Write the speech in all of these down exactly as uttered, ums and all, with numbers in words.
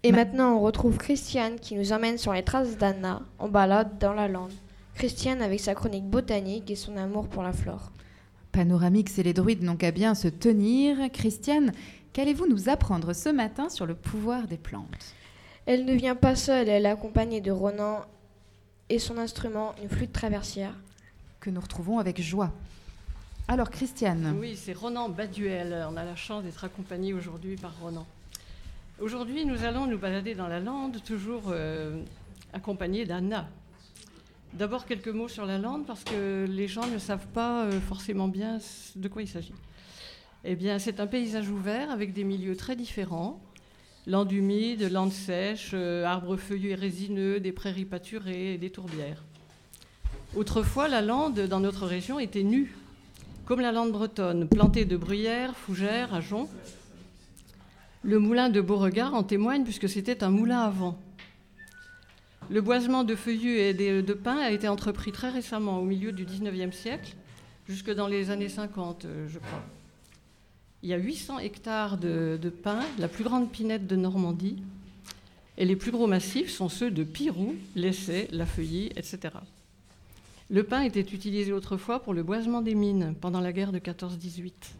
Et Ma- maintenant, on retrouve Christiane qui nous emmène sur les traces d'Anna en balade dans la lande. Christiane avec sa chronique botanique et son amour pour la flore. Panoramix et les druides n'ont qu'à bien se tenir. Christiane, qu'allez-vous nous apprendre ce matin sur le pouvoir des plantes ? Elle ne vient pas seule, elle est accompagnée de Ronan et son instrument, une flûte traversière. Que nous retrouvons avec joie. Alors Christiane, Oui, c'est Ronan Baduel. On a la chance d'être accompagné aujourd'hui par Ronan. Aujourd'hui, nous allons nous balader dans la lande, toujours euh, accompagnés d'Anna. D'abord, quelques mots sur la lande, parce que les gens ne savent pas euh, forcément bien de quoi il s'agit. Eh bien, c'est un paysage ouvert avec des milieux très différents. Lande humide, lande sèche, euh, arbres feuillus et résineux, des prairies pâturées et des tourbières. Autrefois, la lande dans notre région était nue, comme la lande bretonne, plantée de bruyères, fougères, ajoncs. Le moulin de Beauregard en témoigne puisque c'était un moulin à vent. Le boisement de feuillus et de pins a été entrepris très récemment, au milieu du dix-neuvième siècle, jusque dans les années cinquante, je crois. Il y a huit cents hectares de, de pins, la plus grande pinette de Normandie, et les plus gros massifs sont ceux de Pirou, l'Essai, la Feuilly, et cetera. Le pin était utilisé autrefois pour le boisement des mines pendant la guerre de quatorze dix-huit.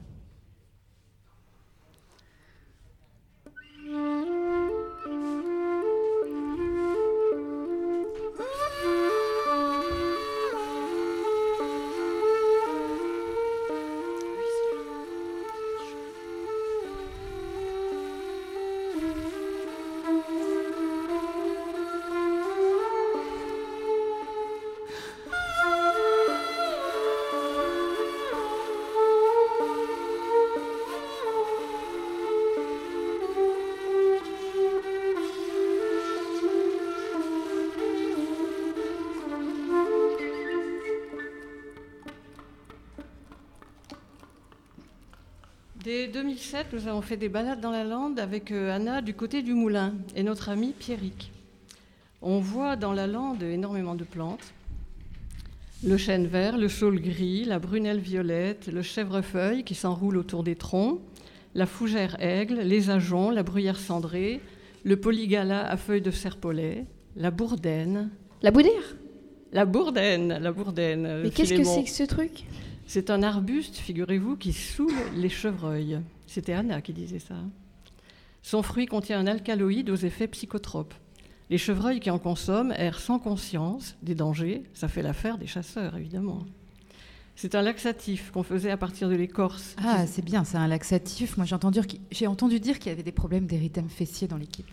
Dès deux mille sept, nous avons fait des balades dans la lande avec Anna du côté du moulin et notre ami Pierrick. On voit dans la lande énormément de plantes. Le chêne vert, le saule gris, la brunelle violette, le chèvrefeuille qui s'enroule autour des troncs, la fougère aigle, les ajoncs, la bruyère cendrée, le polygala à feuilles de serpolet, la bourdaine. La boudière ? La bourdaine, la bourdaine. Mais qu'est-ce que Philémon. c'est que ce truc ? C'est un arbuste, figurez-vous, qui saoule les chevreuils. C'était Anna qui disait ça. Son fruit contient un alcaloïde aux effets psychotropes. Les chevreuils qui en consomment errent sans conscience des dangers. Ça fait l'affaire des chasseurs, évidemment. C'est un laxatif qu'on faisait à partir de l'écorce. ah c'est bien, c'est un laxatif. Moi j'ai entendu, j'ai entendu dire qu'il y avait des problèmes d'érythème fessier dans l'équipe.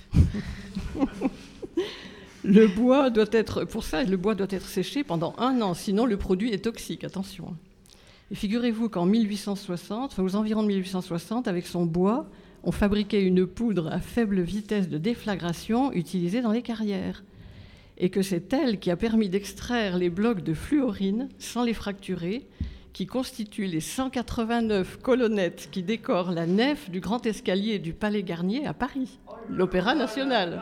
Le bois doit être, pour ça, le bois doit être séché pendant un an, sinon le produit est toxique, attention. Et figurez-vous qu'en mille huit cent soixante, enfin aux environs de mille huit cent soixante, avec son bois, on fabriquait une poudre à faible vitesse de déflagration utilisée dans les carrières. Et que c'est elle qui a permis d'extraire les blocs de fluorine sans les fracturer, qui constituent les cent quatre-vingt-neuf colonnettes qui décorent la nef du grand escalier du Palais Garnier à Paris, l'Opéra National.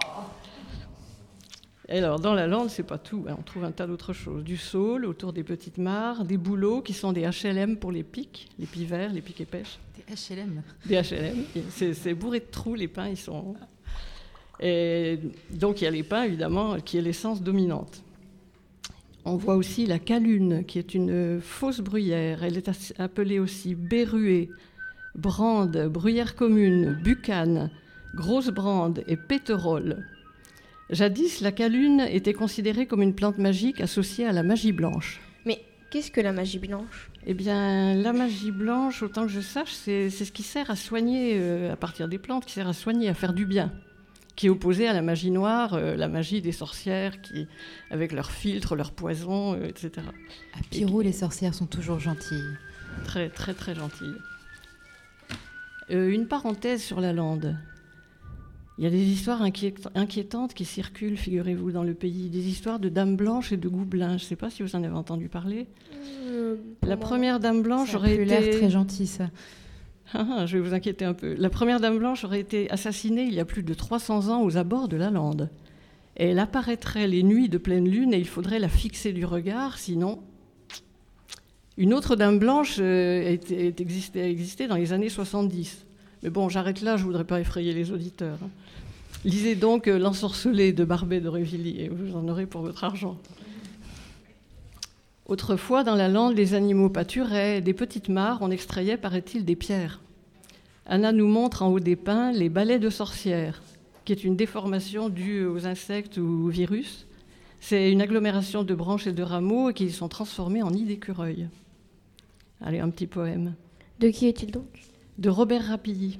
Et alors, dans la lande, c'est pas tout, hein, on trouve un tas d'autres choses. Du saule autour des petites mares, des bouleaux qui sont des H L M pour les pics, les pivers, les pics et pêches. Des H L M. Des H L M, c'est, c'est bourré de trous, les pins, ils sont... Et donc, il y a les pins, évidemment, qui est l'essence dominante. On voit aussi la calune, qui est une fausse bruyère. Elle est appelée aussi berruée, brande, bruyère commune, bucane, grosse brande et péterole. Jadis, la calune était considérée comme une plante magique associée à la magie blanche. Mais qu'est-ce que la magie blanche ? Eh bien, la magie blanche, autant que je sache, c'est, c'est ce qui sert à soigner, euh, à partir des plantes, qui sert à soigner, à faire du bien, qui est opposé à la magie noire, euh, la magie des sorcières, qui, avec leurs filtres, leurs poisons, euh, et cetera. À Pirou, les sorcières sont toujours gentilles. Très, très, très gentilles. Euh, une parenthèse sur la lande. Il y a des histoires inquiétantes qui circulent, figurez-vous, dans le pays. Des histoires de dames blanches et de gobelins. Je ne sais pas si vous en avez entendu parler. euh, La première dame blanche Ça a aurait plus été... l'air très gentil, ça. Ah, je vais vous inquiéter un peu. La première dame blanche aurait été assassinée il y a plus de trois cents ans aux abords de la lande. Et elle apparaîtrait les nuits de pleine lune et il faudrait la fixer du regard, sinon... Une autre dame blanche euh, existait, existait dans les années soixante-dix. Mais bon, j'arrête là, je ne voudrais pas effrayer les auditeurs. Lisez donc euh, L'Ensorcelé de Barbey d'Aurevilly et vous en aurez pour votre argent. Autrefois, dans la lande, les animaux pâturaient, des petites mares, on extrayait, paraît-il, des pierres. Anna nous montre en haut des pins les balais de sorcières, qui est une déformation due aux insectes ou aux virus. C'est une agglomération de branches et de rameaux qui sont transformés en nids d'écureuils. Allez, un petit poème. De qui est-il donc? De Robert Rapilly.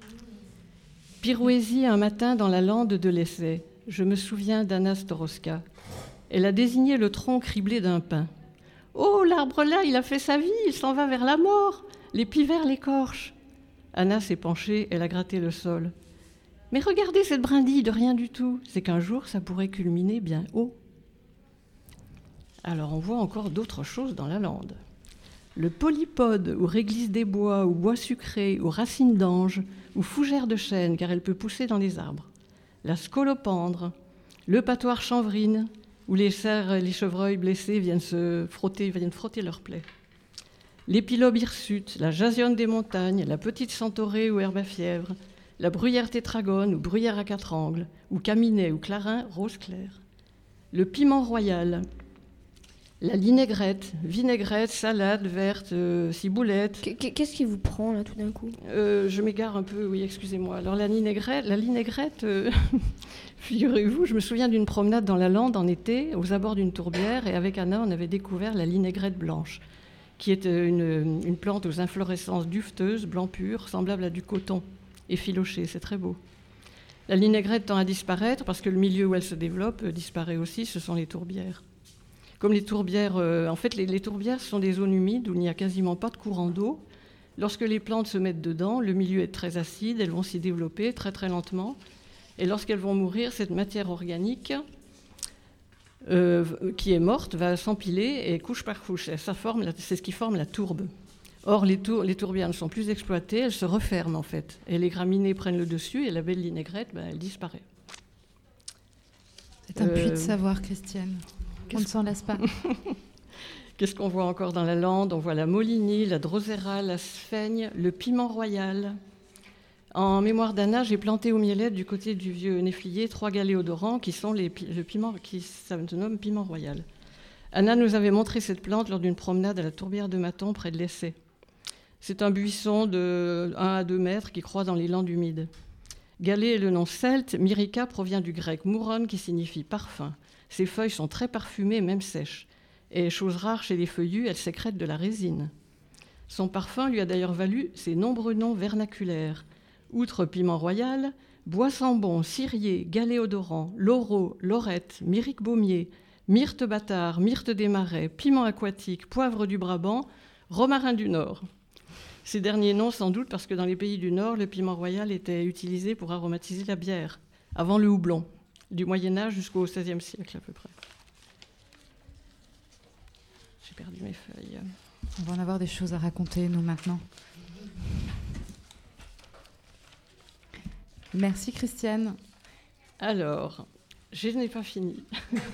Pirouésie un matin dans la lande de l'Essai. Je me souviens d'Anna Storoska. Elle a désigné le tronc criblé d'un pin. « Oh, l'arbre là, il a fait sa vie, il s'en va vers la mort. Les pivers l'écorchent. » Anna s'est penchée, elle a gratté le sol. « Mais regardez cette brindille de rien du tout. C'est qu'un jour, ça pourrait culminer bien haut. » Alors, on voit encore d'autres choses dans la lande. Le polypode, ou réglisse des bois, ou bois sucré, ou racine d'ange, ou fougère de chêne, car elle peut pousser dans les arbres. La scolopendre, le patoire chanvrine, où les cerfs et les chevreuils blessés viennent se frotter, viennent frotter leurs plaies. L'épilobe hirsute, la jasionne des montagnes, la petite centaurée ou herbe à fièvre, la bruyère tétragone ou bruyère à quatre angles, ou caminet ou clarin rose clair. Le piment royal, la linaigrette, vinaigrette, salade verte, euh, ciboulette. Qu'est-ce qui vous prend là tout d'un coup? euh, Je m'égare un peu, oui, excusez-moi. Alors la vinaigrette, la linaigrette euh, figurez-vous, je me souviens d'une promenade dans la lande en été, aux abords d'une tourbière, et avec Anna, on avait découvert la linaigrette blanche, qui est une, une plante aux inflorescences dufteuses, blanc pur, semblable à du coton, effiloché, c'est très beau. La linaigrette tend à disparaître parce que le milieu où elle se développe euh, disparaît aussi, ce sont les tourbières. Comme les tourbières, euh, en fait, les, les tourbières sont des zones humides où il n'y a quasiment pas de courant d'eau. Lorsque les plantes se mettent dedans, le milieu est très acide, elles vont s'y développer très très lentement. Et lorsqu'elles vont mourir, cette matière organique euh, qui est morte va s'empiler et couche par couche. Et ça forme la, c'est ce qui forme la tourbe. Or, les, tour, les tourbières ne sont plus exploitées, elles se referment en fait. Et les graminées prennent le dessus et la belle linaigrette, ben, elle disparaît. C'est un puits de savoir, Christiane. On ne s'en lasse pas. Qu'est-ce qu'on voit encore dans la lande? On voit la molinie, la drosera, la sphaigne, le piment royal. En mémoire d'Anna, j'ai planté au mielette du côté du vieux Néflier trois galéodorants qui sont les, le piment qui se nomme piment royal. Anna nous avait montré cette plante lors d'une promenade à la tourbière de Maton près de l'Essai. C'est un buisson de un à deux mètres qui croît dans les landes humides. Galé est le nom celte, myrica provient du grec mouron qui signifie parfum. Ses feuilles sont très parfumées, même sèches. Et chose rare chez les feuillus, elles sécrètent de la résine. Son parfum lui a d'ailleurs valu ses nombreux noms vernaculaires. Outre piment royal, bois-sambon, cyrier, galéodorant, laurel, laurette, myrique baumier, myrte bâtard, myrte des marais, piment aquatique, poivre du Brabant, romarin du Nord. Ces derniers noms, sans doute, parce que dans les pays du Nord, le piment royal était utilisé pour aromatiser la bière, avant le houblon, du Moyen-Âge jusqu'au seizième siècle à peu près. J'ai perdu mes feuilles. On va en avoir des choses à raconter, nous, maintenant. Merci, Christiane. Alors, je n'ai pas fini.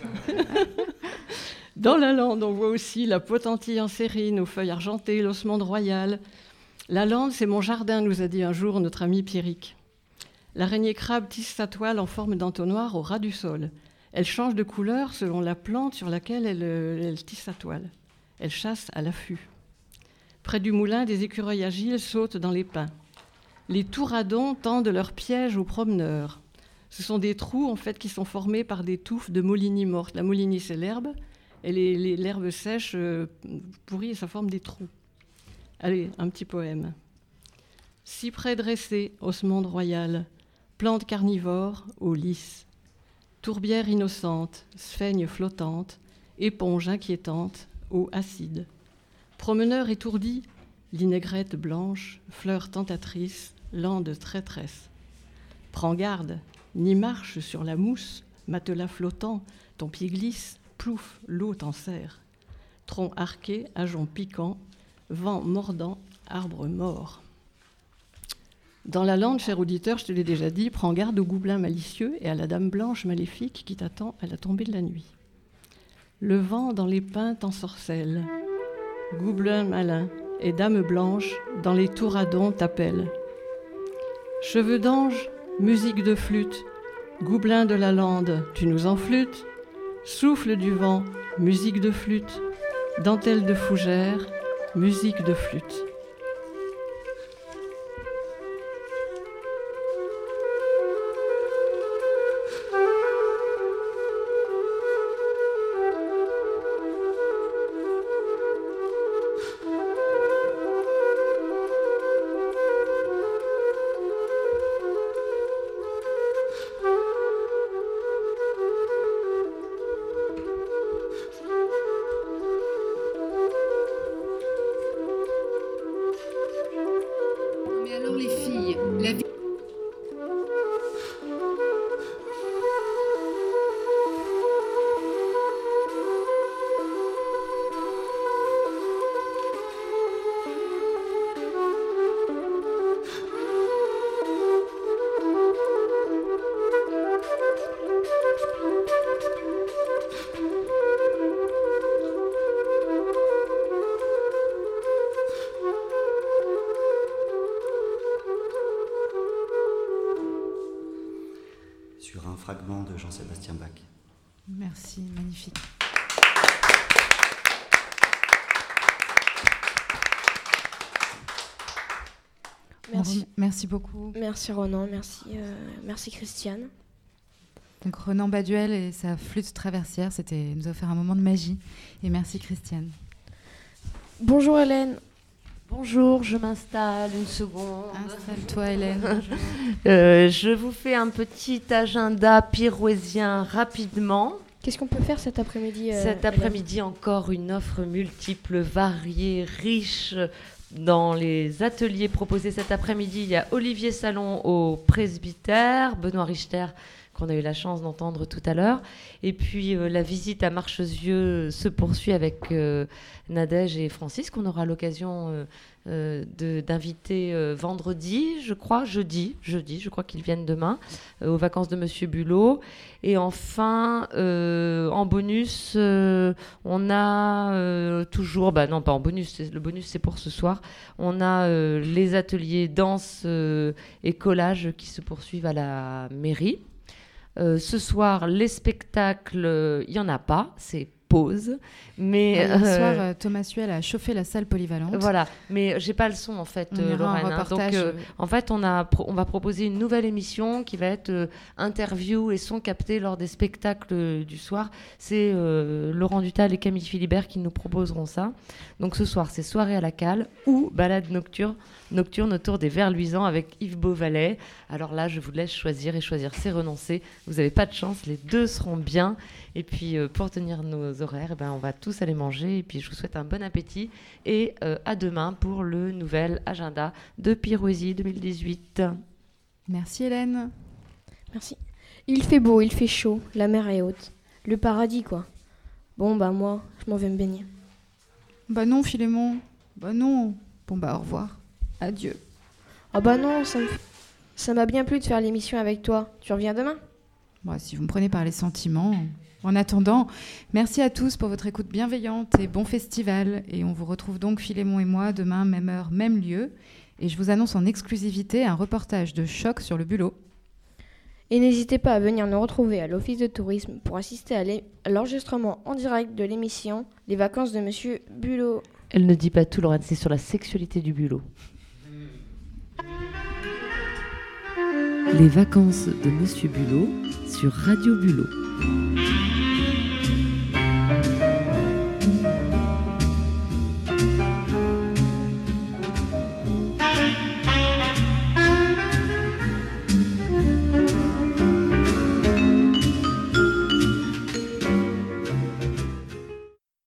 Dans la lande, on voit aussi la potentille en sérine aux feuilles argentées, l'osmande royale. La lande, c'est mon jardin, nous a dit un jour notre ami Pierrick. L'araignée crabe tisse sa toile en forme d'entonnoir au ras du sol. Elle change de couleur selon la plante sur laquelle elle, elle tisse sa toile. Elle chasse à l'affût. Près du moulin, des écureuils agiles sautent dans les pins. Les touradons tendent leurs pièges aux promeneurs. Ce sont des trous en fait, qui sont formés par des touffes de molinie morte. La molinie, c'est l'herbe, et les, les, l'herbe sèche euh, pourrie, ça forme des trous. Allez, un petit poème. Cyprès dressé, osmande royale, plante carnivore, eau lisse, tourbière innocente, sphaigne flottante, éponge inquiétante, eau acide, promeneur étourdi, linaigrette blanche, fleur tentatrice, lande traîtresse. Prends garde, ni marche sur la mousse, matelas flottant, ton pied glisse, plouf, l'eau t'en serre. Tronc arqué, ajonc piquant, vent mordant, arbre mort. Dans la lande, cher auditeur, je te l'ai déjà dit, prends garde au goublin malicieux et à la dame blanche maléfique qui t'attend à la tombée de la nuit. Le vent dans les pins t'ensorcelle, goublin malin et dame blanche dans les touradons t'appellent. Cheveux d'ange, musique de flûte, Goublin de la lande, tu nous enflûtes. Souffle du vent, musique de flûte. Dentelle de fougère, musique de flûte. Sur un fragment de Jean-Sébastien Bach. Merci, magnifique. Merci. Merci beaucoup. Merci Ronan, merci, euh, merci Christiane. Donc Ronan Baduel et sa flûte traversière, c'était nous a offert un moment de magie. Et merci Christiane. Bonjour Hélène. Bonjour, je m'installe une seconde. Installe-toi Hélène. euh, je vous fais un petit agenda pirouésien rapidement. Qu'est-ce qu'on peut faire cet après-midi euh, Cet après-midi, encore une offre multiple, variée, riche. Dans les ateliers proposés cet après-midi, il y a Olivier Salon au presbytère, Benoît Richter, qu'on a eu la chance d'entendre tout à l'heure. Et puis euh, la visite à Marchesieux se poursuit avec euh, Nadège et Francis, qu'on aura l'occasion euh, euh, de, d'inviter euh, vendredi, je crois, jeudi, jeudi, je crois qu'ils viennent demain, euh, aux vacances de Monsieur Bulot. Et enfin, euh, en bonus, euh, on a euh, toujours, bah non, pas en bonus, c'est, le bonus c'est pour ce soir, on a euh, les ateliers danse euh, et collage qui se poursuivent à la mairie. Euh, ce soir, les spectacles, il euh, n'y en a pas, c'est pause. Mais Hier euh, soir, euh, Thomas Suel a chauffé la salle polyvalente. Voilà, mais j'ai pas le son en fait, On euh, ira en Lorraine. hein. reportage, Donc, euh, euh, en fait, on, a pro- on va proposer une nouvelle émission qui va être euh, interview et son capté lors des spectacles euh, du soir. C'est euh, Laurent Dutal et Camille Philibert qui nous proposeront ça. Donc ce soir, c'est soirée à la cale ou balade nocturne, nocturne autour des Vers Luisants avec Yves Beauvalet. Alors là, je vous laisse choisir et choisir, c'est renoncer. Vous n'avez pas de chance, les deux seront bien. Et puis, euh, pour tenir nos horaires, eh ben, on va tous aller manger. Et puis, je vous souhaite un bon appétit. Et euh, à demain pour le nouvel agenda de Pirouésie deux mille dix-huit. Merci Hélène. Merci. Il fait beau, il fait chaud, la mer est haute. Le paradis, quoi. Bon, bah moi, je m'en vais me baigner. Bah non Philémon. Bah non. Bon bah au revoir. Adieu. Ah bah non, ça, me... ça m'a bien plu de faire l'émission avec toi. Tu reviens demain ? Bon, si vous me prenez par les sentiments. En attendant, merci à tous pour votre écoute bienveillante et bon festival. Et on vous retrouve donc, Philémon et moi, demain, même heure, même lieu. Et je vous annonce en exclusivité un reportage de choc sur le Bulot. Et n'hésitez pas à venir nous retrouver à l'Office de tourisme pour assister à, l'é- à l'enregistrement en direct de l'émission Les vacances de Monsieur Bulot. Elle ne dit pas tout, Laurent, c'est sur la sexualité du bulot. Les vacances de Monsieur Bulot sur Radio Bulot.